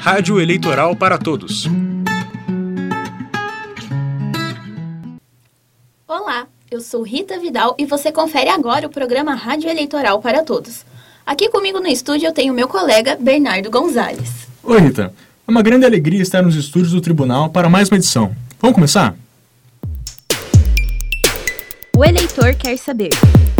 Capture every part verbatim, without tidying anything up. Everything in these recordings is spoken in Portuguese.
Rádio Eleitoral para Todos. Olá, eu sou Rita Vidal e você confere agora o programa Rádio Eleitoral para Todos. Aqui comigo no estúdio eu tenho meu colega Bernardo Gonzalez. Oi, Rita. É uma grande alegria estar nos estúdios do Tribunal para mais uma edição. Vamos começar? O eleitor quer saber.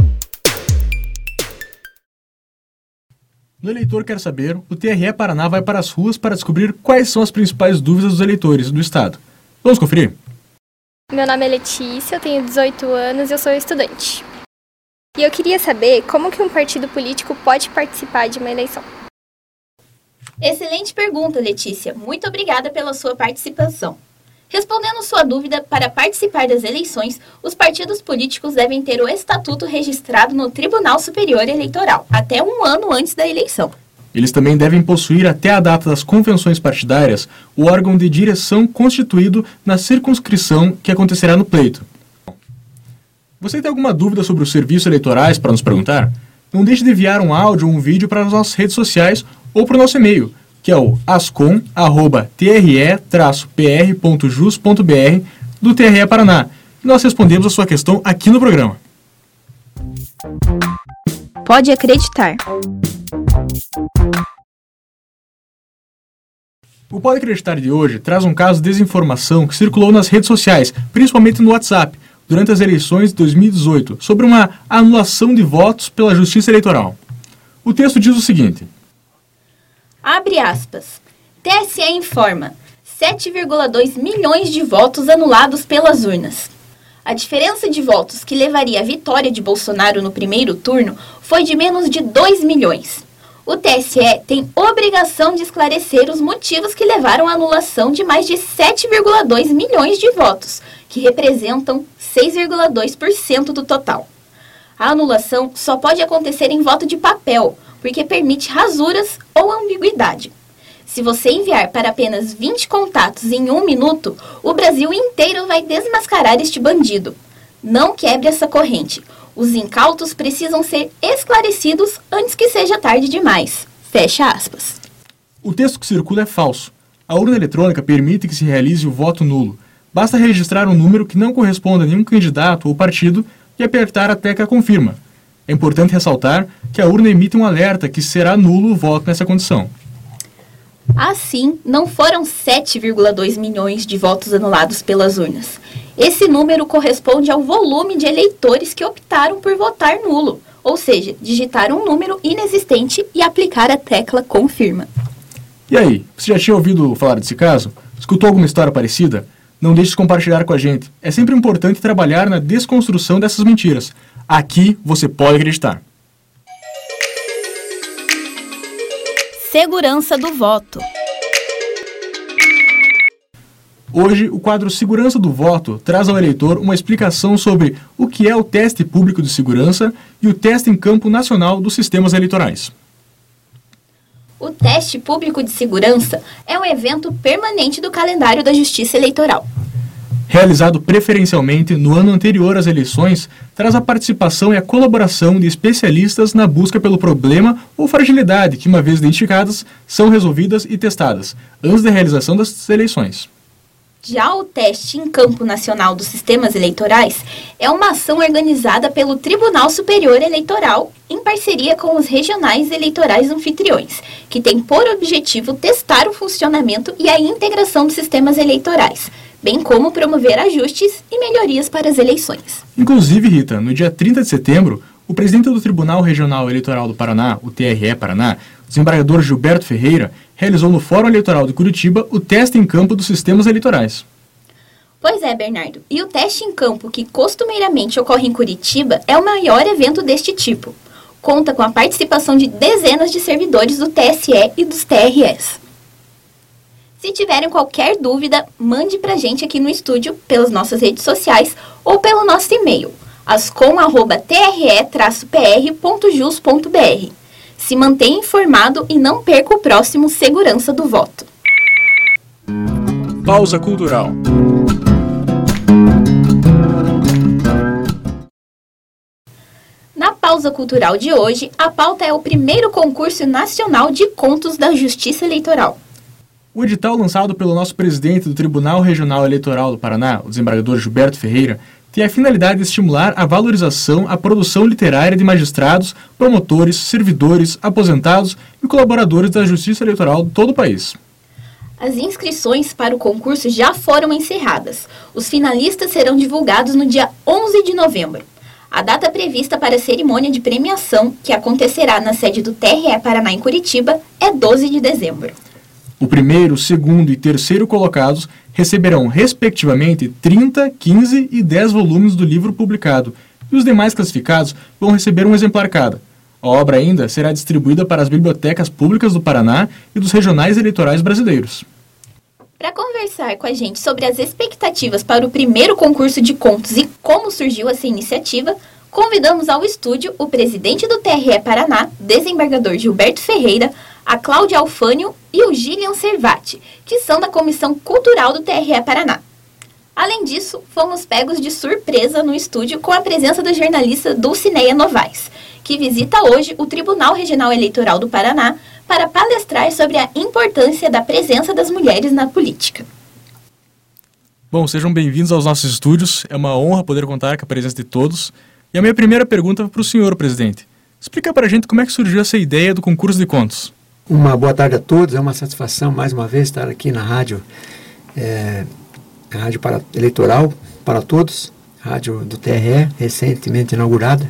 No Eleitor Quer Saber, o T R E Paraná vai para as ruas para descobrir quais são as principais dúvidas dos eleitores do estado. Vamos conferir? Meu nome é Letícia, eu tenho dezoito anos e eu sou estudante. E eu queria saber como que um partido político pode participar de uma eleição. Excelente pergunta, Letícia. Muito obrigada pela sua participação. Respondendo sua dúvida, para participar das eleições, os partidos políticos devem ter o estatuto registrado no Tribunal Superior Eleitoral, até um ano antes da eleição. Eles também devem possuir, até a data das convenções partidárias, o órgão de direção constituído na circunscrição que acontecerá no pleito. Você tem alguma dúvida sobre os serviços eleitorais para nos perguntar? Não deixe de enviar um áudio ou um vídeo para as nossas redes sociais ou para o nosso e-mail, que é o ascom arroba t r e traço p r ponto jus ponto b r do T R E Paraná. E nós respondemos a sua questão aqui no programa. Pode acreditar. O Pode Acreditar de hoje traz um caso de desinformação que circulou nas redes sociais, principalmente no WhatsApp, durante as eleições de dois mil e dezoito, sobre uma anulação de votos pela Justiça Eleitoral. O texto diz o seguinte: Abre aspas. T S E informa sete vírgula dois milhões de votos anulados pelas urnas. A diferença de votos que levaria à vitória de Bolsonaro no primeiro turno foi de menos de dois milhões. O T S E tem obrigação de esclarecer os motivos que levaram à anulação de mais de sete vírgula dois milhões de votos, que representam seis vírgula dois por cento do total. A anulação só pode acontecer em voto de papel, porque permite rasuras ou ambiguidade. Se você enviar para apenas vinte contatos em um minuto, o Brasil inteiro vai desmascarar este bandido. Não quebre essa corrente. Os incautos precisam ser esclarecidos antes que seja tarde demais. Fecha aspas. O texto que circula é falso. A urna eletrônica permite que se realize o voto nulo. Basta registrar um número que não corresponda a nenhum candidato ou partido e apertar a tecla confirma. É importante ressaltar que a urna emite um alerta que será nulo o voto nessa condição. Assim, não foram sete vírgula dois milhões de votos anulados pelas urnas. Esse número corresponde ao volume de eleitores que optaram por votar nulo, ou seja, digitar um número inexistente e aplicar a tecla confirma. E aí, você já tinha ouvido falar desse caso? Escutou alguma história parecida? Não deixe de compartilhar com a gente. É sempre importante trabalhar na desconstrução dessas mentiras. Aqui você pode acreditar. Segurança do voto. Hoje, o quadro Segurança do Voto traz ao eleitor uma explicação sobre o que é o Teste Público de Segurança e o Teste em Campo Nacional dos Sistemas Eleitorais. O Teste Público de Segurança é um evento permanente do calendário da Justiça Eleitoral. Realizado preferencialmente no ano anterior às eleições, traz a participação e a colaboração de especialistas na busca pelo problema ou fragilidade que, uma vez identificadas, são resolvidas e testadas, antes da realização das eleições. Já o Teste em Campo Nacional dos Sistemas Eleitorais é uma ação organizada pelo Tribunal Superior Eleitoral em parceria com os regionais eleitorais anfitriões, que tem por objetivo testar o funcionamento e a integração dos sistemas eleitorais, bem como promover ajustes e melhorias para as eleições. Inclusive, Rita, no dia trinta de setembro, o presidente do Tribunal Regional Eleitoral do Paraná, o T R E Paraná, o desembargador Gilberto Ferreira, realizou no Fórum Eleitoral de Curitiba o teste em campo dos sistemas eleitorais. Pois é, Bernardo. E o teste em campo, que costumeiramente ocorre em Curitiba, é o maior evento deste tipo. Conta com a participação de dezenas de servidores do T S E e dos T R Es. Se tiverem qualquer dúvida, mande pra gente aqui no estúdio, pelas nossas redes sociais ou pelo nosso e-mail, ascom arroba t r e traço p r ponto jus ponto b r. Se mantenha informado e não perca o próximo Segurança do Voto. Pausa Cultural. Na pausa cultural de hoje, a pauta é o primeiro concurso nacional de contos da Justiça Eleitoral. O edital lançado pelo nosso presidente do Tribunal Regional Eleitoral do Paraná, o desembargador Gilberto Ferreira, tem a finalidade de estimular a valorização, a produção literária de magistrados, promotores, servidores, aposentados e colaboradores da Justiça Eleitoral de todo o país. As inscrições para o concurso já foram encerradas. Os finalistas serão divulgados no dia onze de novembro. A data prevista para a cerimônia de premiação, que acontecerá na sede do T R E Paraná em Curitiba, é doze de dezembro. O primeiro, segundo e terceiro colocados receberão, respectivamente, trinta, quinze e dez volumes do livro publicado, e os demais classificados vão receber um exemplar cada. A obra ainda será distribuída para as bibliotecas públicas do Paraná e dos regionais eleitorais brasileiros. Para conversar com a gente sobre as expectativas para o primeiro concurso de contos e como surgiu essa iniciativa, convidamos ao estúdio o presidente do T R E Paraná, desembargador Gilberto Ferreira, a Cláudia Alfânio e o Gillian Servati, que são da Comissão Cultural do T R E Paraná. Além disso, fomos pegos de surpresa no estúdio com a presença da jornalista Dulcineia Novaes, que visita hoje o Tribunal Regional Eleitoral do Paraná para palestrar sobre a importância da presença das mulheres na política. Bom, sejam bem-vindos aos nossos estúdios. É uma honra poder contar com a presença de todos. E a minha primeira pergunta é para o senhor, presidente. Explica para a gente como é que surgiu essa ideia do concurso de contos. Uma boa tarde a todos. É uma satisfação, mais uma vez, estar aqui na rádio, é, a rádio para, eleitoral para todos, rádio do T R E, recentemente inaugurada.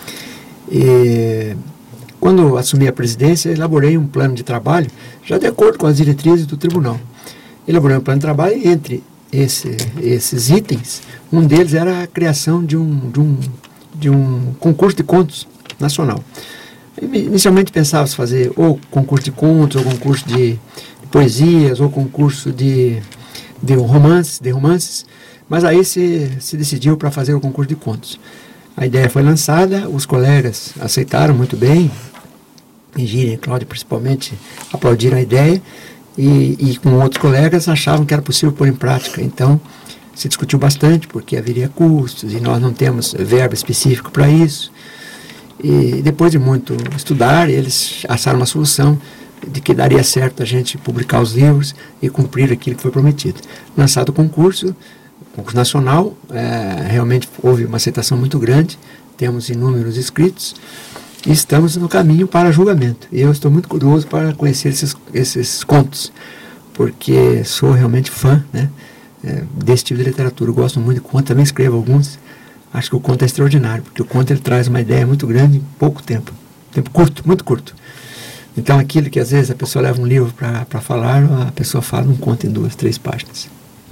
E quando assumi a presidência, elaborei um plano de trabalho, já de acordo com as diretrizes do tribunal. Elaborei um plano de trabalho e entre esse, esses itens, um deles era a criação de um, de um, de um concurso de contos nacional. Inicialmente pensava-se fazer ou concurso de contos, ou concurso de, de poesias, ou concurso de, de, romances, de romances, mas aí se, se decidiu para fazer o concurso de contos. A ideia foi lançada, os colegas aceitaram muito bem, e Gíria e Cláudia principalmente aplaudiram a ideia, e, e com outros colegas achavam que era possível pôr em prática. Então se discutiu bastante, porque haveria custos, e nós não temos verba específico para isso. E depois de muito estudar, eles acharam uma solução de que daria certo a gente publicar os livros e cumprir aquilo que foi prometido. Lançado o concurso, concurso nacional, é, realmente houve uma aceitação muito grande, temos inúmeros inscritos e estamos no caminho para julgamento. E eu estou muito curioso para conhecer esses, esses contos, porque sou realmente fã, né, é, desse tipo de literatura. Eu gosto muito de conto, também escrevo alguns. Acho que o conto é extraordinário, porque o conto ele traz uma ideia muito grande em pouco tempo, tempo curto, muito curto. Então aquilo que às vezes a pessoa leva um livro para falar, a pessoa fala um conto em duas, três páginas.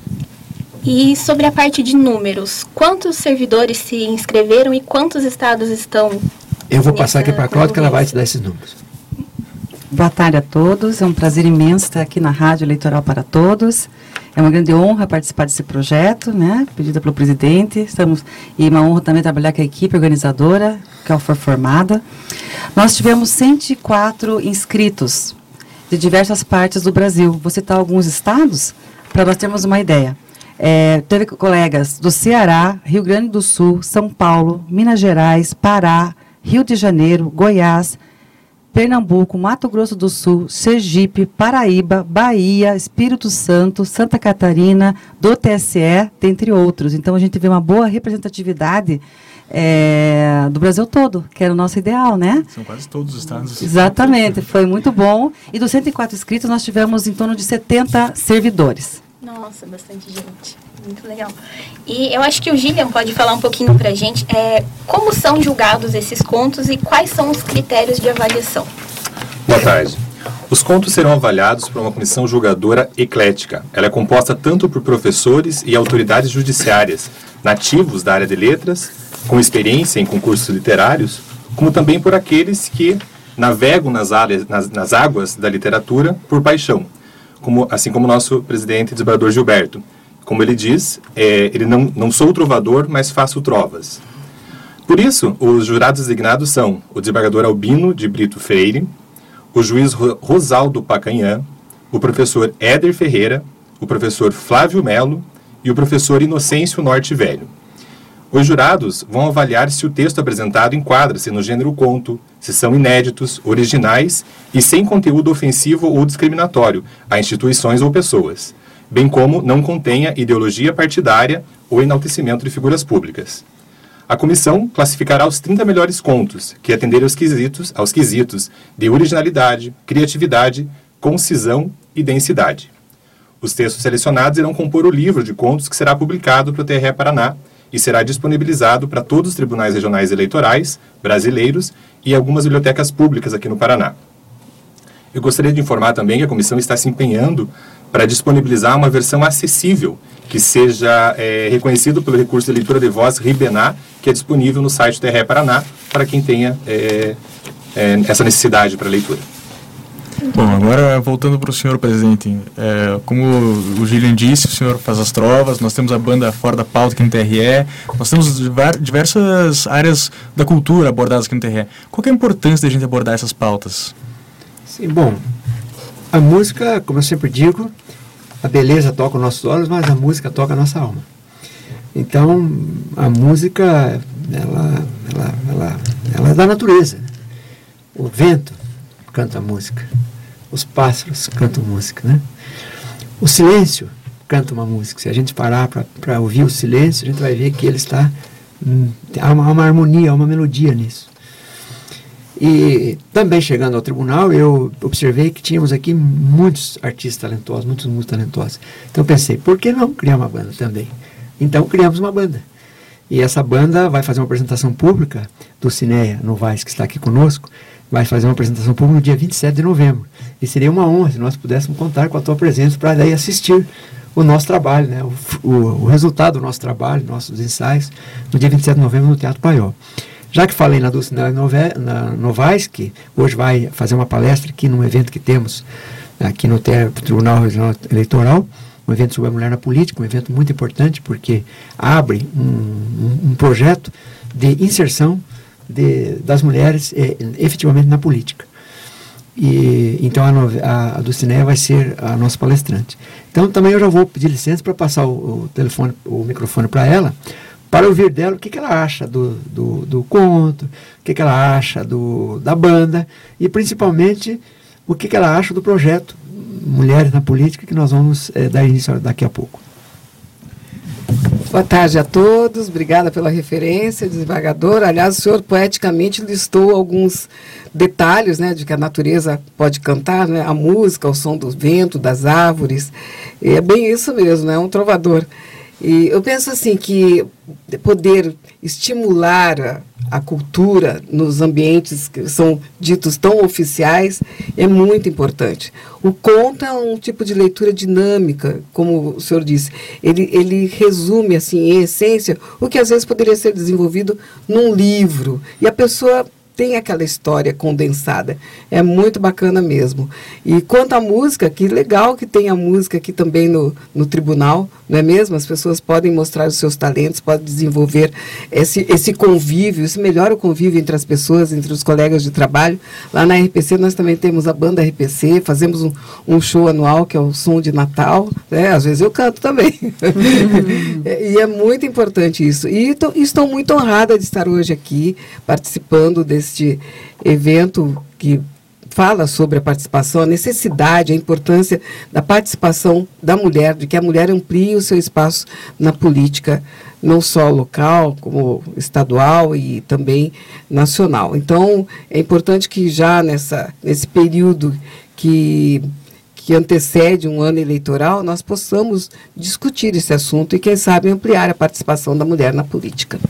E sobre a parte de números, quantos servidores se inscreveram e quantos estados estão? Eu vou passar aqui para a Cláudia, que ela vai te dar esses números. Boa tarde a todos, é um prazer imenso estar aqui na Rádio Eleitoral para Todos. É uma grande honra participar desse projeto, né, pedida pelo presidente. Estamos, e uma honra também trabalhar com a equipe organizadora, que foi formada. Nós tivemos cento e quatro inscritos de diversas partes do Brasil. Vou citar alguns estados para nós termos uma ideia. É, teve colegas do Ceará, Rio Grande do Sul, São Paulo, Minas Gerais, Pará, Rio de Janeiro, Goiás, Pernambuco, Mato Grosso do Sul, Sergipe, Paraíba, Bahia, Espírito Santo, Santa Catarina, do T S E, dentre outros. Então, a gente vê uma boa representatividade é, do Brasil todo, que era o nosso ideal, né? São quase todos os estados. Exatamente, foi muito bom. E dos cento e quatro inscritos, nós tivemos em torno de setenta servidores. Nossa, bastante gente. Muito legal. E eu acho que o Gillian pode falar um pouquinho pra gente é, como são julgados esses contos e quais são os critérios de avaliação. Boa tarde. Os contos serão avaliados por uma comissão julgadora eclética. Ela é composta tanto por professores e autoridades judiciárias, nativos da área de letras, com experiência em concursos literários, como também por aqueles que navegam nas, áreas, nas, nas águas da literatura por paixão, como, assim como o nosso presidente desembargador Gilberto. Como ele diz, é, ele não, não sou trovador, mas faço trovas. Por isso, os jurados designados são o desembargador Albino de Brito Freire, o juiz Rosaldo Pacanhã, o professor Éder Ferreira, o professor Flávio Melo e o professor Inocêncio Norte Velho. Os jurados vão avaliar se o texto apresentado enquadra-se no gênero conto, se são inéditos, originais e sem conteúdo ofensivo ou discriminatório a instituições ou pessoas, bem como não contenha ideologia partidária ou enaltecimento de figuras públicas. A comissão classificará os trinta melhores contos, que atenderem aos quesitos, aos quesitos de originalidade, criatividade, concisão e densidade. Os textos selecionados irão compor o livro de contos que será publicado para o T R E Paraná e será disponibilizado para todos os tribunais regionais eleitorais brasileiros e algumas bibliotecas públicas aqui no Paraná. Eu gostaria de informar também que a comissão está se empenhando para disponibilizar uma versão acessível que seja é, reconhecido pelo recurso de leitura de voz Ribená, que é disponível no site do T R E Paraná para quem tenha é, é, essa necessidade para leitura. Bom, agora voltando para o senhor presidente, é, como o Gillian disse, o senhor faz as trovas, nós temos a banda Fora da Pauta aqui no T R E, nós temos diversas áreas da cultura abordadas aqui no T R E. Qual que é a importância da gente abordar essas pautas? Sim, bom, a música, como eu sempre digo, a beleza toca os nossos olhos, mas a música toca a nossa alma. Então, a música, ela, ela, ela, ela é da natureza. O vento canta música. Os pássaros cantam música, né? O silêncio canta uma música. Se a gente parar para ouvir o silêncio, a gente vai ver que ele está... Hum, há, uma, há uma harmonia, há uma melodia nisso. E também chegando ao tribunal, eu observei que tínhamos aqui muitos artistas talentosos, muitos músicos talentosos. Então eu pensei, por que não criar uma banda também? Então criamos uma banda. E essa banda vai fazer uma apresentação pública do Cineia Novaes, que está aqui conosco, vai fazer uma apresentação pública no dia vinte e sete de novembro. E seria uma honra se nós pudéssemos contar com a tua presença para daí assistir o nosso trabalho, né? o, o, o resultado do nosso trabalho, nossos ensaios, no dia vinte e sete de novembro no Teatro Paiol. Já que falei na Dulcinea Novaes, que hoje vai fazer uma palestra aqui num evento que temos aqui no Tribunal Regional Eleitoral, um evento sobre a mulher na política, um evento muito importante porque abre um, um, um projeto de inserção de, das mulheres é, efetivamente na política. E, então a, a, a Dulcinea vai ser a nossa palestrante. Então também eu já vou pedir licença para passar o, o telefone, o microfone para ela, para ouvir dela o que, que ela acha do, do, do conto, o que, que ela acha do, da banda e principalmente o que, que ela acha do projeto Mulheres na Política, que nós vamos é, dar início daqui a pouco. Boa tarde a todos, obrigada pela referência, desembargador. Aliás, o senhor poeticamente listou alguns detalhes, né, de que a natureza pode cantar, né, a música, o som do vento, das árvores. E é bem isso mesmo, é um trovador. E eu penso assim que poder estimular a, a cultura nos ambientes que são ditos tão oficiais é muito importante. O conto é um tipo de leitura dinâmica, como o senhor disse. Ele, ele resume, assim, em essência, o que às vezes poderia ser desenvolvido num livro. E a pessoa tem aquela história condensada. É muito bacana mesmo. E quanto à música, que legal que tem a música aqui também no, no tribunal, não é mesmo? As pessoas podem mostrar os seus talentos, podem desenvolver esse, esse convívio, isso melhora o convívio entre as pessoas, entre os colegas de trabalho. Lá na R P C nós também temos a banda R P C, fazemos um, um show anual que é o Som de Natal, né? Às vezes eu canto também. E é muito importante isso. E tô, estou muito honrada de estar hoje aqui participando desse este evento que fala sobre a participação, a necessidade, a importância da participação da mulher, de que a mulher amplie o seu espaço na política, não só local, como estadual e também nacional. Então, é importante que já nessa, nesse período que, que antecede um ano eleitoral, nós possamos discutir esse assunto e, quem sabe, ampliar a participação da mulher na política.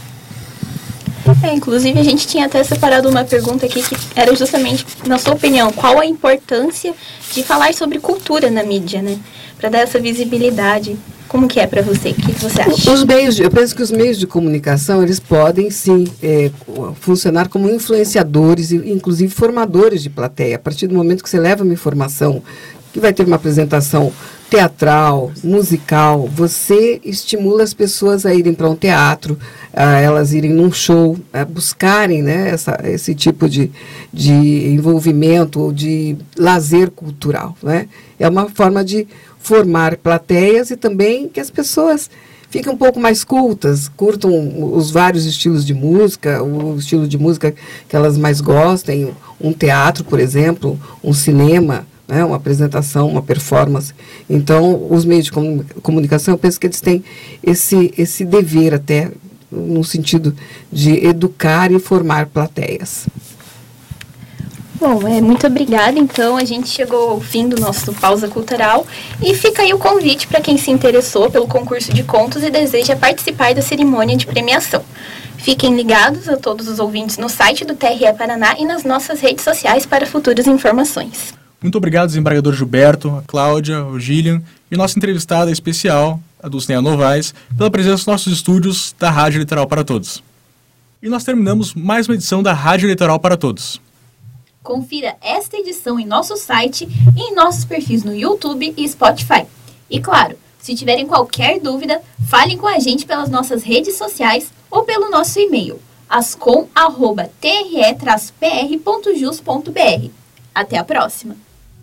É, inclusive, a gente tinha até separado uma pergunta aqui que era justamente, na sua opinião, qual a importância de falar sobre cultura na mídia, né? Para dar essa visibilidade. Como que é para você? O que, que você acha? Os meios, eu penso que os meios de comunicação, eles podem, sim, é, funcionar como influenciadores e, inclusive, formadores de plateia. A partir do momento que você leva uma informação, que vai ter uma apresentação teatral, musical, você estimula as pessoas a irem para um teatro, a elas irem num show, a buscarem, né, essa, esse tipo de, de envolvimento ou de lazer cultural, né? É uma forma de formar plateias e também que as pessoas fiquem um pouco mais cultas, curtam os vários estilos de música, o estilo de música que elas mais gostem, um teatro, por exemplo, um cinema, né, uma apresentação, uma performance. Então, os meios de comunicação, eu penso que eles têm esse, esse dever até, no sentido de educar e formar plateias. Bom, é, muito obrigada. Então, a gente chegou ao fim do nosso Pausa Cultural e fica aí o convite para quem se interessou pelo concurso de contos e deseja participar da cerimônia de premiação. Fiquem ligados a todos os ouvintes no site do T R E Paraná e nas nossas redes sociais para futuras informações. Muito obrigado, desembargador Gilberto, a Cláudia, o Gillian e nossa entrevistada especial, a Dulcinea Novaes, pela presença nos nossos estúdios da Rádio Litoral para Todos. E nós terminamos mais uma edição da Rádio Litoral para Todos. Confira esta edição em nosso site e em nossos perfis no YouTube e Spotify. E claro, se tiverem qualquer dúvida, falem com a gente pelas nossas redes sociais ou pelo nosso e-mail, ascom arroba t r e traço p r ponto jus ponto b r. Até a próxima!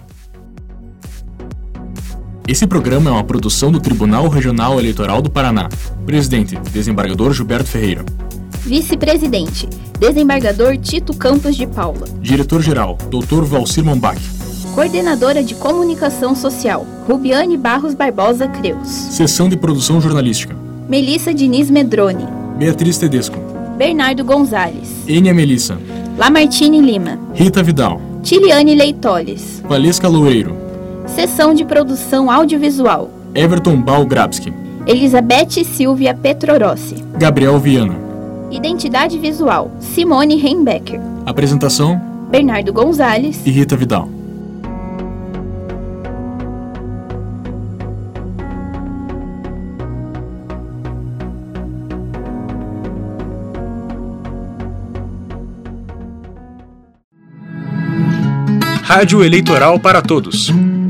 Esse programa é uma produção do Tribunal Regional Eleitoral do Paraná. Presidente, desembargador Gilberto Ferreira. Vice-presidente, desembargador Tito Campos de Paula. Diretor-geral, doutor Valcir Mombach. Coordenadora de Comunicação Social, Rubiane Barros Barbosa Creus. Seção de Produção Jornalística, Melissa Diniz Medrone. Beatriz Tedesco. Bernardo Gonzalez. Enia Melissa. Lamartine Lima. Rita Vidal. Tiliane Leitoles. Valesca Loureiro. Seção de Produção Audiovisual, Everton Balgrabski. Elizabeth Silvia Petrorossi. Gabriel Viana. Identidade Visual, Simone Heimbecker. Apresentação, Bernardo Gonzalez e Rita Vidal. Rádio Eleitoral para Todos.